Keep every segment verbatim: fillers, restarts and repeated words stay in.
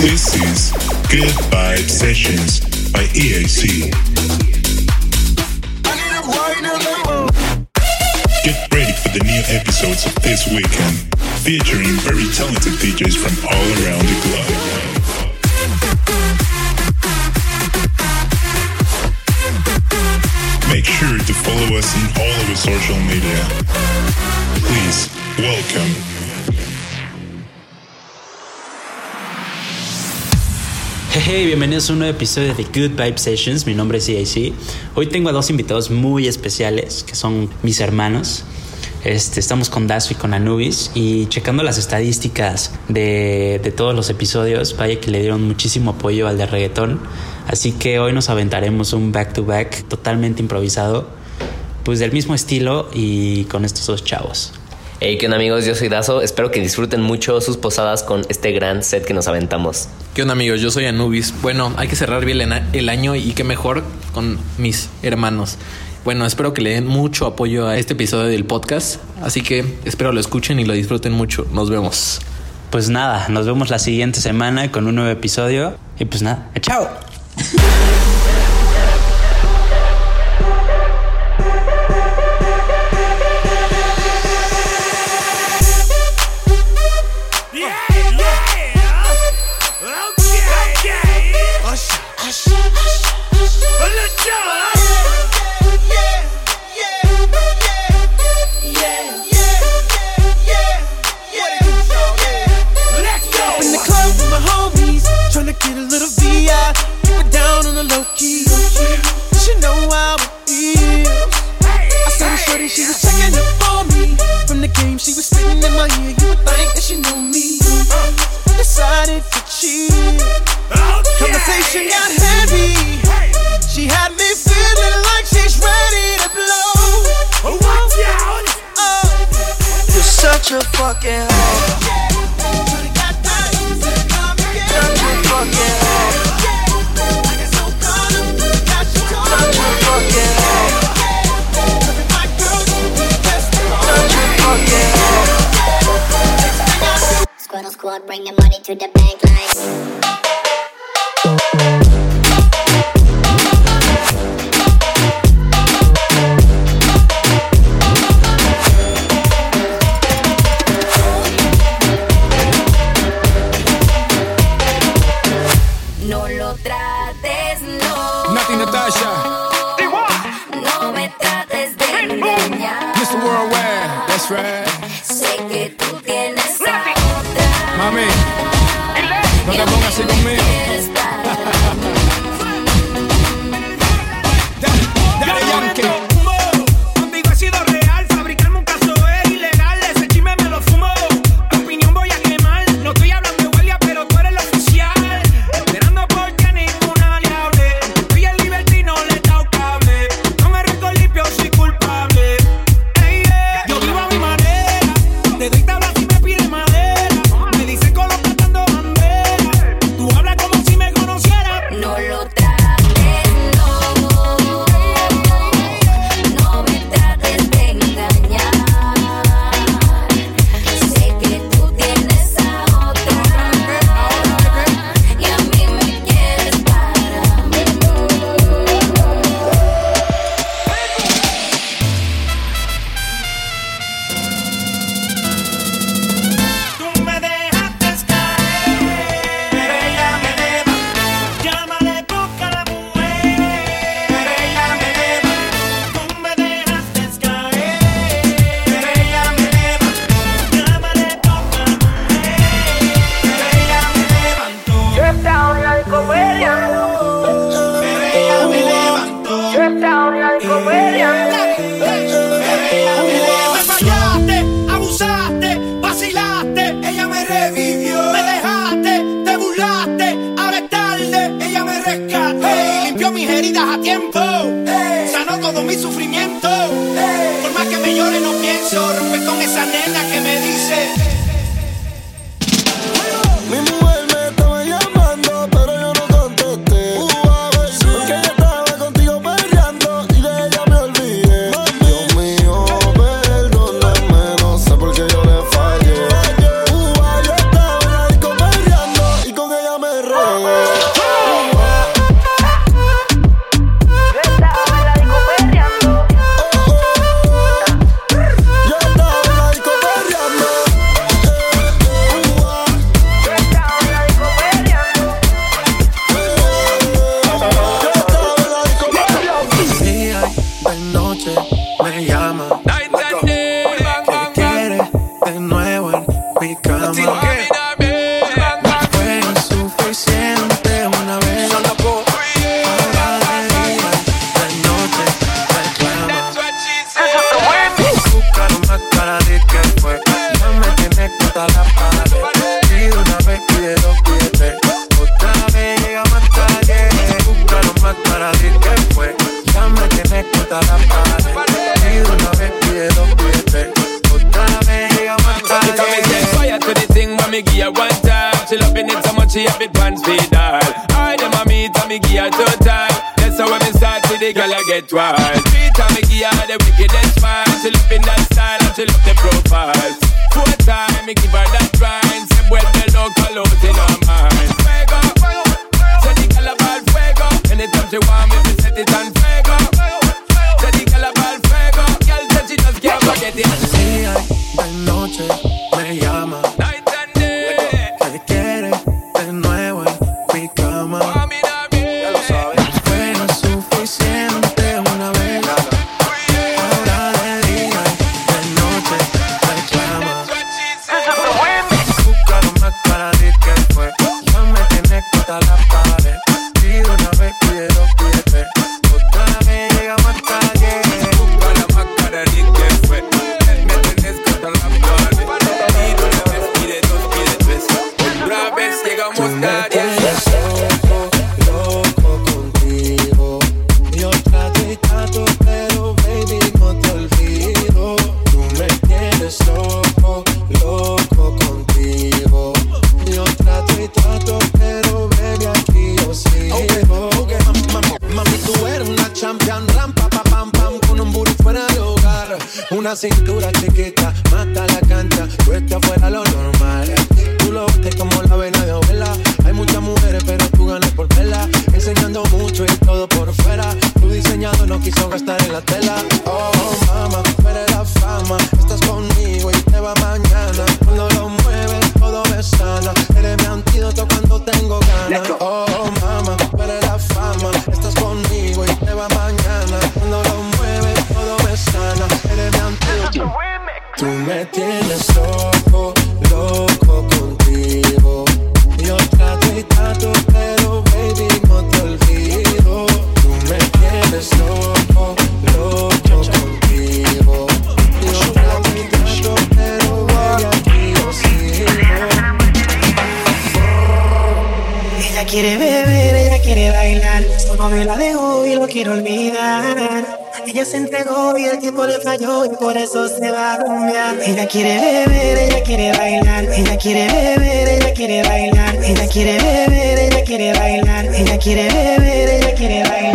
This is Good Vibe Sessions by E A C. Get ready for the new episodes of this weekend, featuring very talented D Js from all around the globe. Make sure to follow us on all of our social media. Please, welcome. Hey, bienvenidos a un nuevo episodio de Good Vibe Sessions. Mi nombre es E A C. Hoy tengo a dos invitados muy especiales, que son mis hermanos. Este, estamos con Dazo y con Anubis. Y checando las estadísticas de, de todos los episodios, vaya que le dieron muchísimo apoyo al de reggaetón. Así que hoy nos aventaremos un back-to-back totalmente improvisado, pues del mismo estilo y con estos dos chavos. Hey, ¿qué onda, amigos? Yo soy Dazo. Espero que disfruten mucho sus posadas con este gran set que nos aventamos. ¿Qué onda, amigos? Yo soy Anubis. Bueno, hay que cerrar bien el año y qué mejor con mis hermanos. Bueno, espero que le den mucho apoyo a este episodio del podcast. Así que espero lo escuchen y lo disfruten mucho. Nos vemos. Pues nada, nos vemos la siguiente semana con un nuevo episodio. Y pues nada, ¡chao! Squad, bring the money to the bank line. No lo trates, no. Nati Natasha. No me trates de engañar. mister Worldwide, that's right. Sé que tú tienes a otra. Mami, no te pongas así conmigo. Dale, dale, Yankee. Contigo he sido real, fabricarme un caso es ilegal. Ese chisme me lo fumo, tu opinión voy a quemar. No estoy hablando de huelga, pero tú eres el oficial. Esperando porque ninguna le hable. Estoy en libertad y no le he dado cable. No me récord limpio, soy culpable. Hey, yeah. Yo vivo a mi manera, te doy tablas y me pide madera. Me dicen colocando bandera. Tú hablas como si me conocieras. No lo trates, no. No me trates de engañar. Sé que tú tienes a otra. Y a mí me quieres para mí. me give her one time. She loving it so much she have it pants feed all. I dem a meet and me give her two time. That's how when me start to the girl I get wild. Three time me give her the wickedest smile. She loving that style and she love the profile. Four time me give her that grind. Say vuelve loca out in her mind. Fuego, say the girl about fuego. Anytime she want me to set it on fuego. Say the girl about fuego. Girl said she just can't forget it. Día y de noche me llama. Night and day. Que quiere de nuevo en mi cama. Ya lo sabes. Fue lo suficiente una vez. Ahora de día y de noche reclama. Buscaron más para decir que fue. Ya me tienes contra la pared. Pido una vez, pide dos, pide tres. Otra vez llegamos hasta que Busca la máscara de que fue. Me tenés contra la pared. Pido una vez, pide dos, pide tres. Otra vez llegamos tú me a tienes loco, loco contigo. Yo trato y trato, pero baby no te olvido. Tú me tienes loco, loco contigo. Yo trato y trato, pero baby aquí yo sigo. Okay, okay. Mami, mami, tú eres una champion, rampa, pa, pam, pam, con un booty fuera de hogar. Una cintura chiquita, mata la cancha, tú estás fuera lo normal. Tú lo ves como la vena de abuela. Hay muchas mujeres, pero tú ganas por tela. Enseñando mucho y todo por fuera. Tu diseñado no quiso gastar en la tela. Oh, mama, tú eres la fama. Estás conmigo y te va mañana. Cuando lo mueves, todo me sana. Eres mi antídoto cuando tengo ganas. Oh, mama, tú eres la fama. Estás conmigo y te va mañana. Cuando lo mueves, todo me sana. Eres mi antídoto. Tú me tienes loco, loco contigo. Yo trato y trato, pero baby no te olvido. Tú me tienes loco, loco contigo. Yo trato y trato, pero baby aquí yo sigo. Ella quiere beber, ella quiere bailar. Su novio la dejó y lo quiere olvidar. Ella se entregó y el tiempo le falló y por eso se va a rumbear. Ella quiere beber, ella quiere bailar. Ella quiere beber, ella quiere bailar. Ella quiere beber, ella quiere bailar. Ella quiere beber, ella quiere bailar.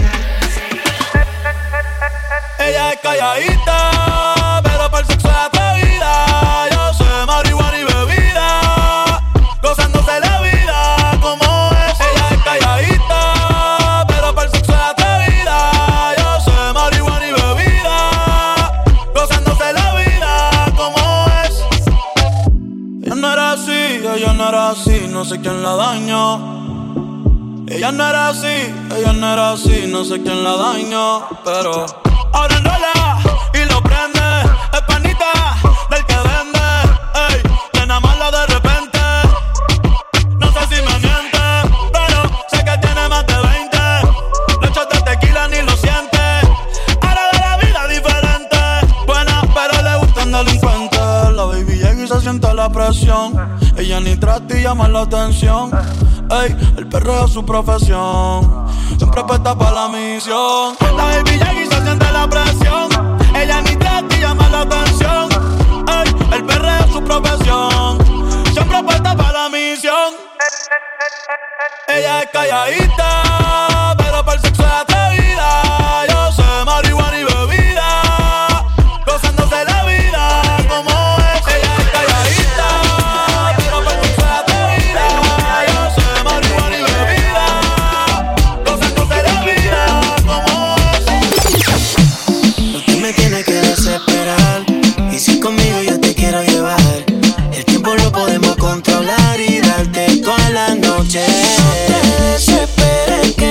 Ella es calladita, pero para el sexo es atrevida. Yo sé marihuana y bebida, gozándose la vida como es. Ella es calladita, pero para el sexo es atrevida. Yo sé marihuana y bebida, gozándose la vida como es. Ella no era así, ella no era así, no sé quién la dañó. Ella no era así, ella no era así, no sé quién la dañó, pero ahora enrola y lo prende. Es panita del que vende, ey, que nada más la de repente. No sé si me miente, pero sé que tiene más de veinte. Le echas de tequila ni lo siente. Ahora ve la vida diferente. Buena, pero le gustan delincuentes. La baby llega y se siente la presión. Ella ni trata y llama la atención. Ey, el perreo es su profesión. Siempre puesta para la misión. La baby llega y se siente la presión. Ella ni trata y llama la atención. Ey, el perreo es su profesión. Siempre puesta para la misión. Ella es calladita, pero para el sexo es atrevida. Yo sé marihuana y bebida, gozándose la vida como es. Ella es calladita, pero para el sexo es atrevida. Yo sé marihuana y bebida, gozándose la vida como es. No te me tienes que desesperar. Y si conmigo yo te quiero llevar, el tiempo lo podemos controlar y darte toda la noche. No te desesperes que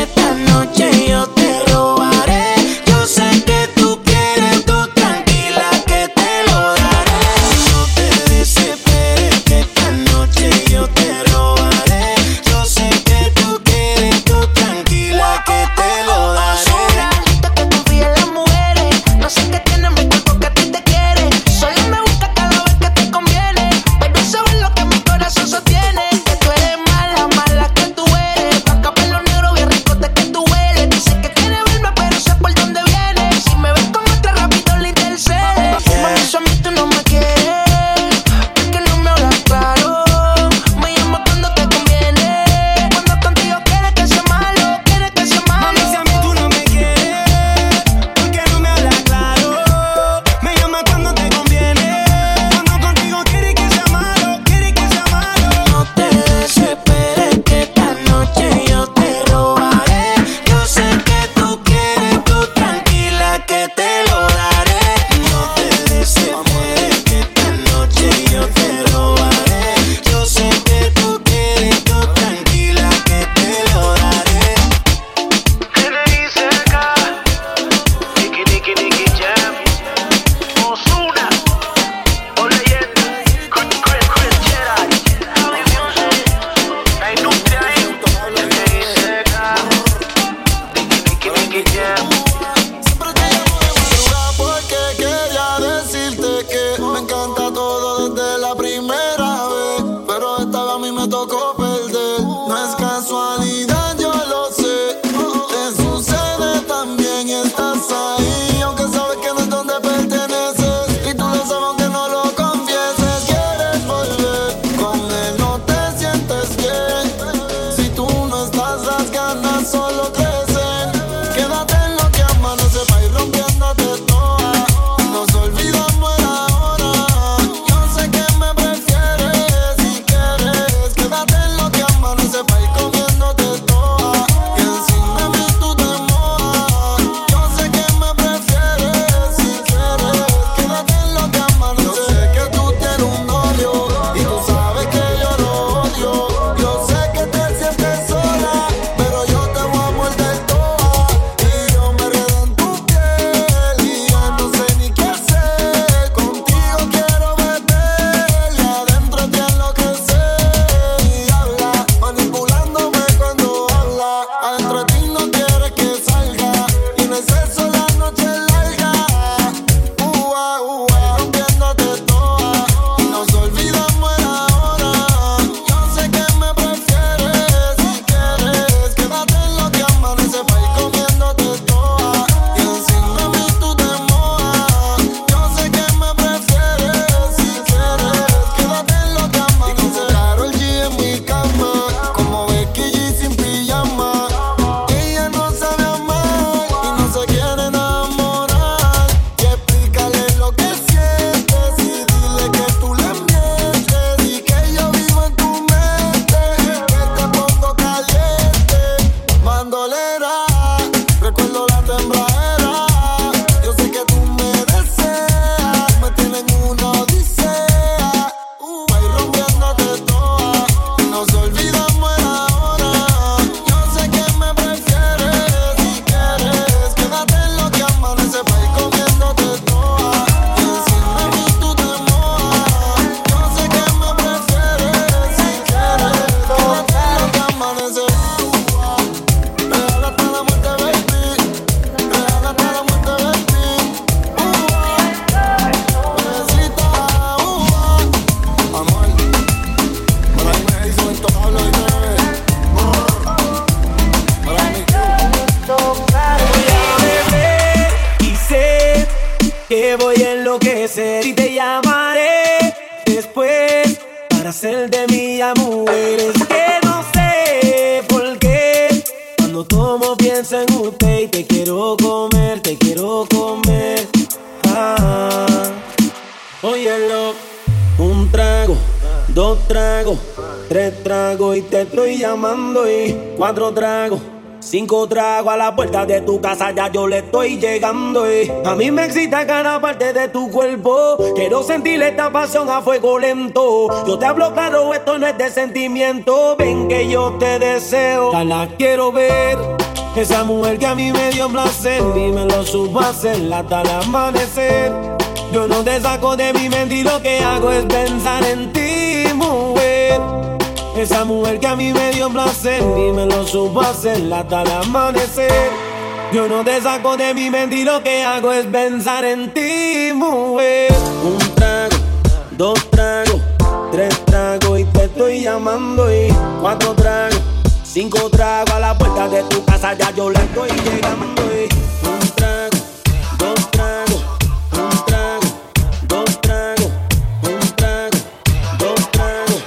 enloquecer y te llamaré después para ser de mía mujer. Es que no sé por qué cuando tomo pienso en usted y te quiero comer, te quiero comer. Ah, óyelo, un trago, dos tragos, tres tragos y te estoy llamando y cuatro tragos. Cinco tragos a la puerta de tu casa, ya yo le estoy llegando y a mí me excita cada parte de tu cuerpo. Quiero sentir esta pasión a fuego lento. Yo te hablo claro, esto no es de sentimiento. Ven que yo te deseo, ya la quiero ver. Esa mujer que a mí me dio placer y me lo supo hacer hasta el amanecer. Yo no te saco de mi mente y lo que hago es pensar en ti, mujer. Esa mujer que a mí me dio placer y me lo supo hacer hasta el amanecer. Yo no te saco de mi mente y lo que hago es pensar en ti, mujer. Un trago, dos tragos, tres tragos y te estoy llamando y cuatro tragos, cinco tragos a la puerta de tu casa, ya yo le estoy llegando y un trago, dos tragos, un trago, dos tragos, un trago, dos tragos.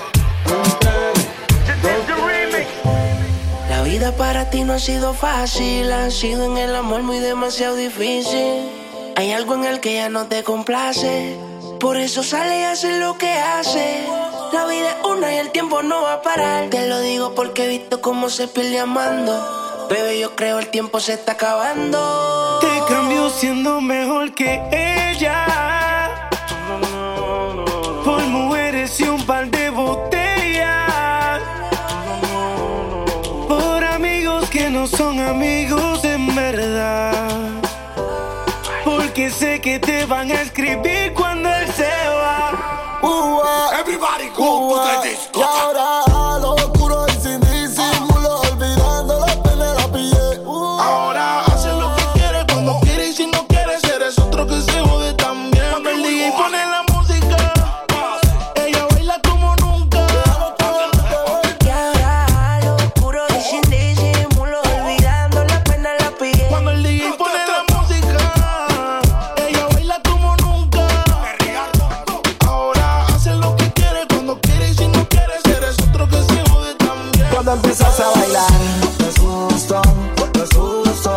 La vida para ti no ha sido fácil, ha sido en el amor muy demasiado difícil. Hay algo en el que ya no te complace, por eso sale y hace lo que hace. La vida es una y el tiempo no va a parar. Te lo digo porque he visto cómo se pierde amando. Bebé, yo creo el tiempo se está acabando. Te cambio siendo mejor que ella, por mujeres y un par de botellas, por amigos que no son amigos en verdad, porque sé que te van a escribir cuando él se va. Uh, Everybody go to the disco. Y ahora a lo oscuro y sin disimulo, olvidando la pena la pillé. Uh, ahora haces lo que quieres cuando quieres y si no quieres eres otro que se jode también. Cuando el D J pone la música, ella baila como nunca. Y ahora a lo oscuro y sin disimulo, olvidando la pena la pillé. Cuando el D J pone la música, ella baila como nunca. Ahora haces lo que quieres cuando quieres y si no quieres eres otro que se jode también. Cuando empiezas a bailar, no es justo, no es justo.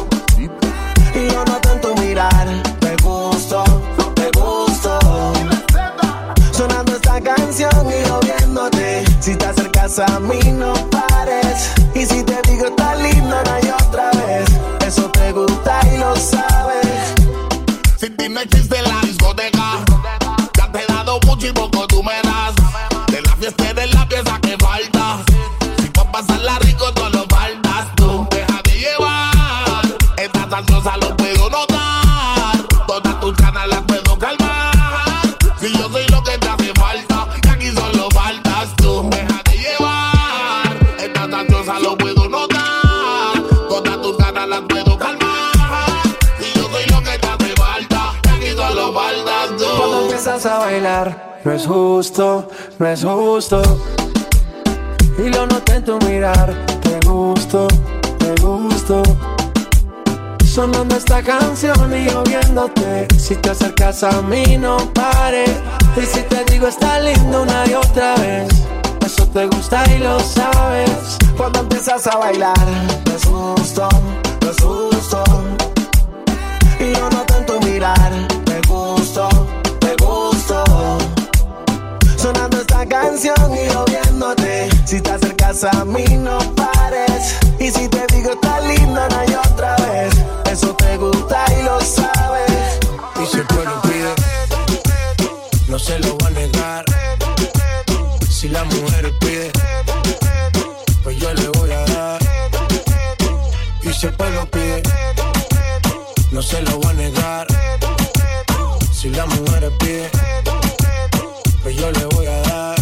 Y yo noto en tu mirar, te gusto, te gusto. Sonando esta canción y yo viéndote. Si te acercas a mí no pares. Y si te digo está linda una y otra vez, eso te gusta y lo sabes. Si ti no existe la discoteca, ya te he dado mucho y poco tú me das. De la fiesta eres la pieza que falta. Si pa' pasarla rico todo lo faltas tú. Déjate llevar, estás ansiosa lo puedo notar. Todas tus ganas las puedo calmar. Si yo soy lo que te hace falta, y aquí solo faltas tú. Déjate llevar, estás ansiosa lo puedo notar. Todas tus ganas las puedo calmar. Si yo soy lo que te hace falta, y aquí solo faltas tú. Cuando empiezas a bailar, no es justo, no es justo. Y lo noté en tu mirar, te gusto, te gusto. Sonando esta canción y yo viéndote. Si te acercas a mí no pares. Y si te digo está lindo una y otra vez, eso te gusta y lo sabes. Cuando empiezas a bailar, no es justo, no es justo. Y yo noto en tu mirar, te gusto, te gusto. Sonando esta canción y yo viéndote. Si te acercas a mí no pares. Y si te digo está linda una y otra vez, eso te gusta y lo sabes. Y si el pueblo pide, no se lo va a negar. Si la mujer pide, pues yo le voy a dar. Y si el pueblo pide, no se lo va a negar. Si la mujer pide, pues yo le voy a dar.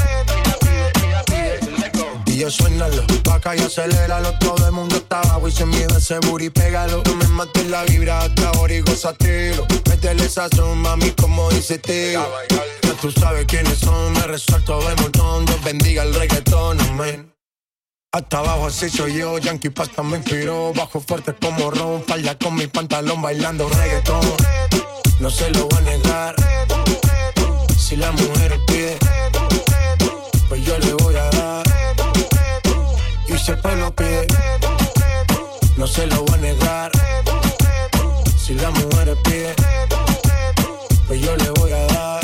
Y yo suénalo, vaca y aceléralo. Todo el mundo está abajo y sin miedo ese booty pégalo. No me mates la vibra hasta ahora y gózatelo. Métele sazón, mami, como dice tío. Ya tú sabes quiénes son, me resuelto de montón. Dios bendiga el reggaetón, amén. Hasta abajo así soy yo, Yankee Pasta me inspiró. Bajo fuerte como Ron, falda con mi pantalón bailando reggaetón. no se lo voy a negar. Si la mujer pide, pues yo le voy a dar. Y si el pueblo pide, no se lo voy a negar. Si la mujer pide, pues yo le voy a dar.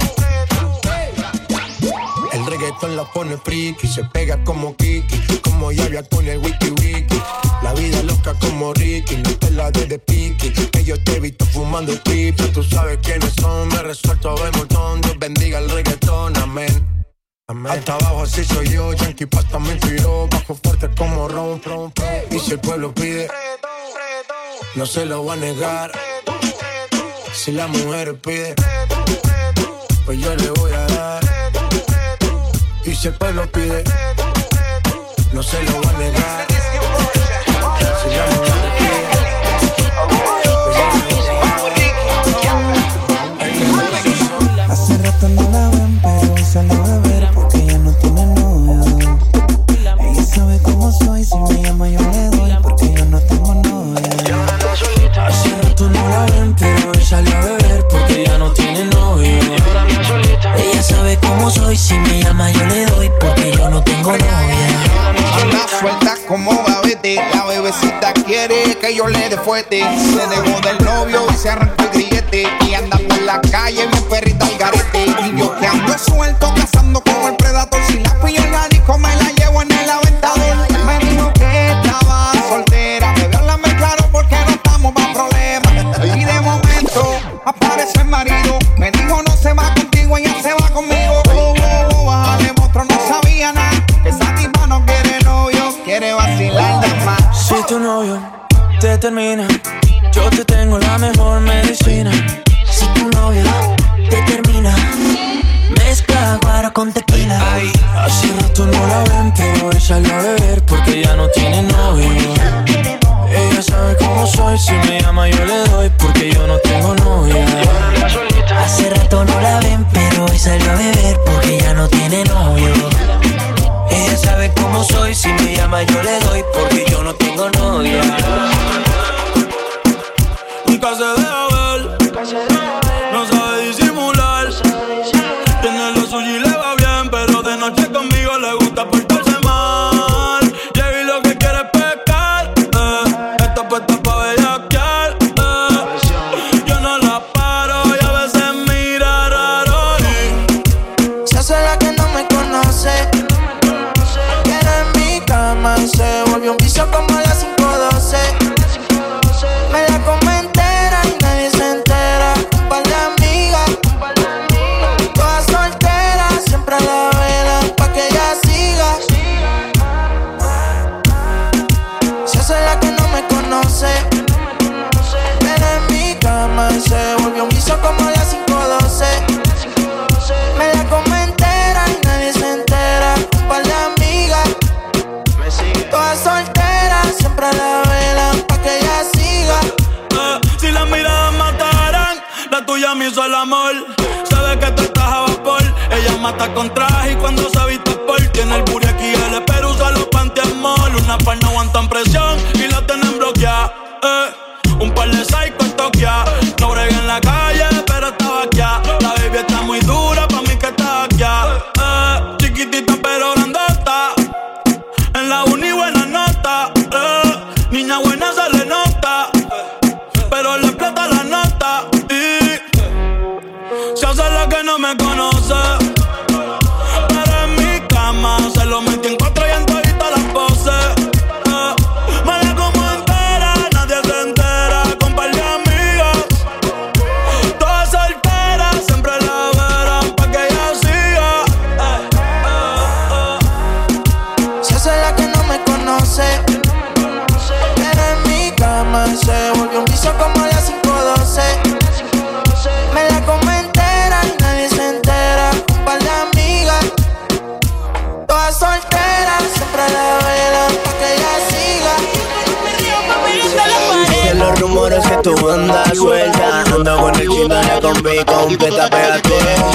El reggaetón la pone friki, se pega como Kiki, como Yavia con el wiki wiki. La vida loca como Ricky, no te la de de piqui. Que yo te he visto fumando triple, tú sabes quiénes son. Me resuelto a ver montón, Dios bendiga el reggaetón, amén. Amén. Hasta abajo así soy yo, Yankee Pasta me inspiró. Bajo fuerte como ron, ron, ron. Y si el pueblo pide, no se lo voy a negar. Si la mujer pide, pues yo le voy a dar. Y si el pueblo pide, no se lo voy a negar. Si la mujer pide, hace rato no la ven, pero hoy salió a beber porque ella no tiene novio. Ella sabe cómo soy, si me llama yo le doy porque yo no tengo novia. Hace rato no la ven, pero hoy salió a beber porque ella no tiene novio. Ella sabe cómo soy, si me llama yo le doy porque yo no tengo novia. Anda suelta como babete, la bebecita quiere que yo le dé fuerte. Se dejó del novio y se arrancó el grillete y anda por la calle mi perrita al garete. Y yo que ando suelto cazando como el predator, si la pillo en la disco me la llevo en el aventador. Me dijo que estaba soltera, bebé, háblame claro porque no estamos pa' problemas. Y de momento aparece el marido, me dijo no se va contigo, ella se va conmigo. Oh, oh, oh, bájale monstruo, no sabía nada, que esa tipa no quiere novio, quiere vacilar de más. Si tu novio te termina, yo te tengo la mejor medicina. Si tu novio te termina, mezcla guaro con tequila. Ay, hace rato no la ven, pero hoy salió a beber porque ya no tiene novio. Ella sabe cómo soy, si me llama yo le doy porque yo no tengo novia. Hace rato no la ven, pero hoy salió a beber porque ya no tiene novio. Ella sabe cómo soy, si me llama yo le doy porque yo no tengo novia. Nunca se deja ver, no sabe disimular. Tiene lo suyo y le va bien, pero de noche conmigo le gusta portarse mal. Llegué y lo que quiere es pescar, eh. Está puesta pa' bellaquear, eh. Yo no la paro y a veces mira raro y se hace la que no me conoce. Quiere en mi cama y se volvió un vicio como a las cinco doce. Me la come entera y nadie se entera. Un par de amigas, todas solteras, siempre a la vela pa' que ella siga. Se hace la que no me conoce. Quiere en mi cama y se volvió un vicio como a las cinco doce. Me la come entera y nadie se entera. Un par de amigas, todas solteras, siempre a la vela pa' que ella siga. eh, si las miradas mataran, la tuya me hizo el amor. Sabe que tú estás a vapor. Ella mata con traje y cuando se viste por tiene el booty aquí, L, pero usa los pantiamol. Una par no aguantan presión y la tienen bloqueada. Eh, un par de psycho en Tokia. No bregué en la calle, pero estaba aquí. La baby está muy dura, pa' mí que está aquí. Eh, chiquitita pero grandota. En la uni buena nota. Eh, niña buena se le nota, pero le explota la nota. Y se hace la que no me conoce, pero en mi cama se lo metí en cuatro y en todita las poses. Eh, me la como entera, nadie se entera. Con par de amigas, todas solteras, siempre la verán pa' que ella siga. Eh, eh, eh. Se hace la que no me conoce. Pero en mi cama se volvió un vicio como a las cinco doce. Me la come entera y nadie se entera. Un par de amigas, todas solteras, siempre a la vela pa' que ella siga. Dicen los rumores que tú andas suelta, ando con el chino de combi, completa, pégate.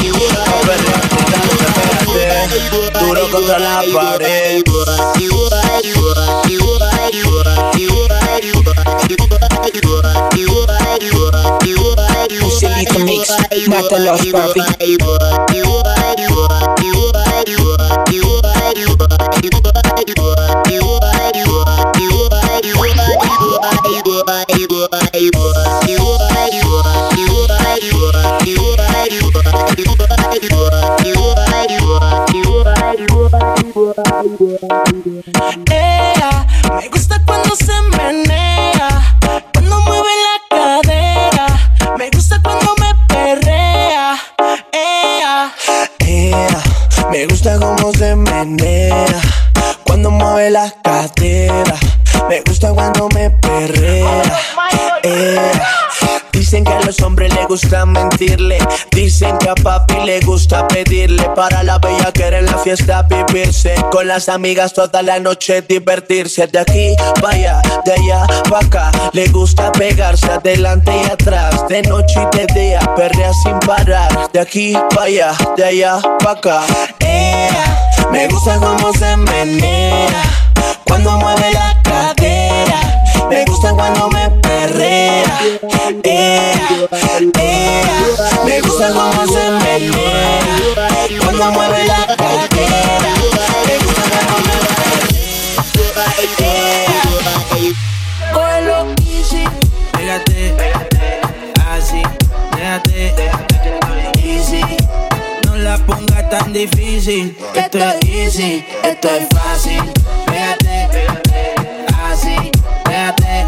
Pégate, duro contra la pared. Lucelito Mix, mátalos, papi. Ea, me gusta cuando se menea, cuando mueve la cadera. Me gusta cuando me perrea. Ea, Ea, me gusta cómo se menea cuando mueve la cadera. Me gusta cuando me perrea. Ea. Dicen que a los hombres les gusta mentirle. Dicen que a papi le gusta pedirle para la bella que era en la fiesta vivirse. Con las amigas toda la noche divertirse. De aquí para allá, de allá para acá. Le gusta pegarse adelante y atrás. De noche y de día, perrea sin parar. De aquí para allá, de allá para acá. Ea, me gusta cómo se menea cuando mueve la cadera. Me gusta cuando me perrea. Ea, ea, me gusta cómo se menea cuando mueve la cadera. Me gusta cuando me perrea. cógelo easy. Pégate, así, déjate, easy. No la pongas tan difícil. Esto es easy, esto es fácil. Pégate, así, déjate,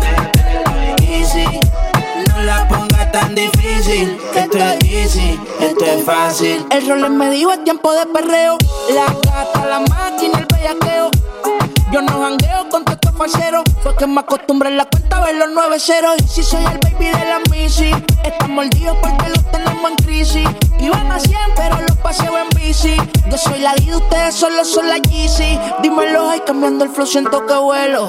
easy. No la pongas tan difícil. Esto es easy, esto es fácil. El rol me dijo es tiempo de perreo. La gata, la máquina, el bellaqueo. Yo no jangueo con todos estos falseros. Fue que me acostumbré en la cuenta a ver los nueve ceros. Y si soy el baby de la Missy, están mordidos porque los tenemos en crisis. Iban a cien pero los paseo en bici. Yo soy la D, ustedes solo son la Yeezy. Dímelo, ay, cambiando el flow siento que vuelo.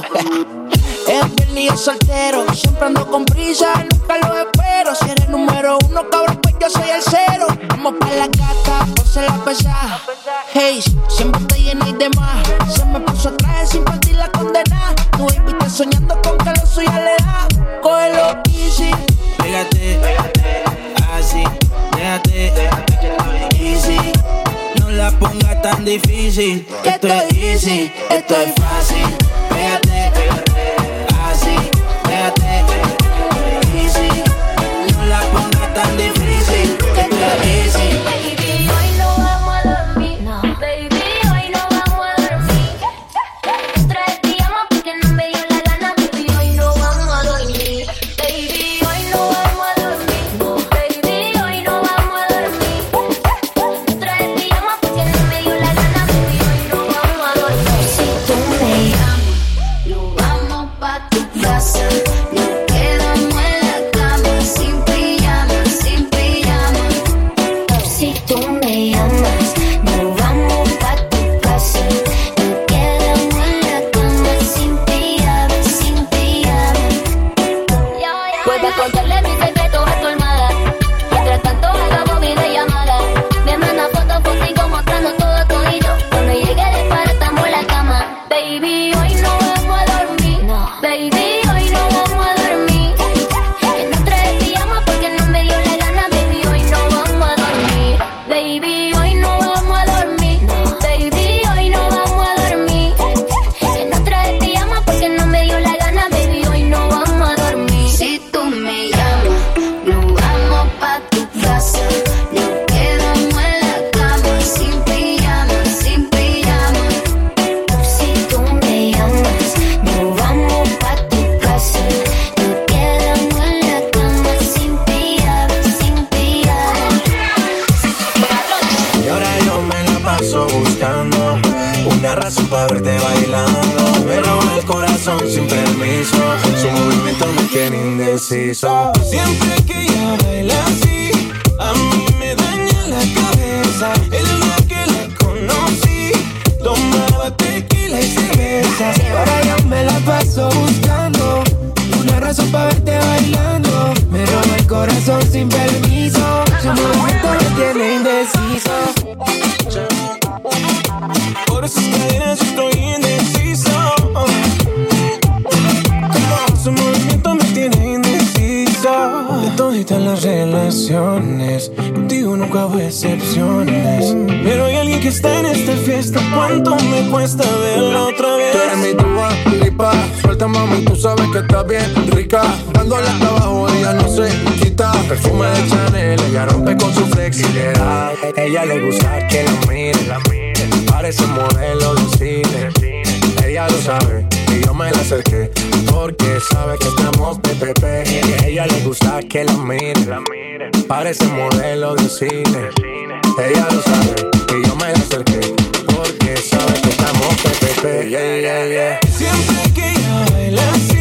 Es viernes y soltero, siempre ando con prisa, nunca lo espero. Si eres número uno, cabrón, pues yo soy el cero. Vamos pa' la gata, ponse la pesada. Hey, siempre te llena y demás. Se me puso a traer sin partir la condena. Tu baby está soñando con que lo suya le da. Cógelo easy. Pégate, así, déjate, easy. No la pongas tan difícil. Esto es easy, esto es fácil. Pégate, así, déjate, easy. No la pongas tan difícil. Esto es easy. Baby, hoy no vamos a dormir. No. Baby, hoy no vamos a dormir. Tres días más porque no me dio la gana. Baby, hoy no vamos a dormir. Baby, hoy no vamos a dormir. No. Baby, hoy no vamos a dormir. Tres días más porque no me dio la gana. Baby, hoy no vamos a dormir. Si tú me llamas, nos vamos pa' tu casa. Nos quedamos en la cama sin pijama, sin pijama. Si tú me llamas, nos vamos pa' tu casa. Nos quedamos en la cama sin pijama, sin pijama. Vuelve a contarle mis secretos a tu hermana. Mientras tanto hagamos videollamada. Me manda fotos contigo mostrando todo todito. Cuando llegue de para estamos en la cama. Baby, hoy no vamos a dormir. No. Baby, hoy no vamos a dormir. Que no traes pijama porque no me dio la gana. Baby, hoy no vamos a dormir. Baby, hoy no vamos a dormir. No. Baby, hoy no vamos a dormir. Que no traes pijama porque no me dio la gana. Baby, hoy no vamos a dormir. Si tú me llamas, nos vamos pa' tu casa. Nos quedamos en la cama sin pijama, sin pijama. Si tú me llamas, nos vamos pa' tu casa. Nos quedamos en la cama sin pijama, sin pijama. Y ahora yo me la paso buscando una razón para verte bailando. Me roba el corazón sin permiso. Su movimiento me tiene indeciso. Siempre que ella baila así, a mí me daña la cabeza. El día que la conocí, tomaba tequila y cerveza. Y ahora yo me la paso buscando una razón para verte bailando. Me roba el corazón sin permiso. Su movimiento me tiene indeciso. Por esas cadenas yo estoy indeciso. Como su decepciones. Pero hay alguien que está en esta fiesta. ¿Cuánto me cuesta verla otra vez? Tú eres mi tuba, lipa. Suelta, mami, tú sabes que estás bien rica. Dándole hasta abajo, ella no se quita. Perfume de Chanel, ella rompe con su flexibilidad. Ella le gusta que la mire, la mire. Parece modelo de cine. Ella lo sabe y yo me la acerqué porque sabe que estamos P P P. Ella le gusta que la mire, la mire. Parece modelo de cine. Ella lo sabe y yo me la acerqué porque sabe que estamos P P P. Yeah, yeah, yeah. Siempre que ella baila así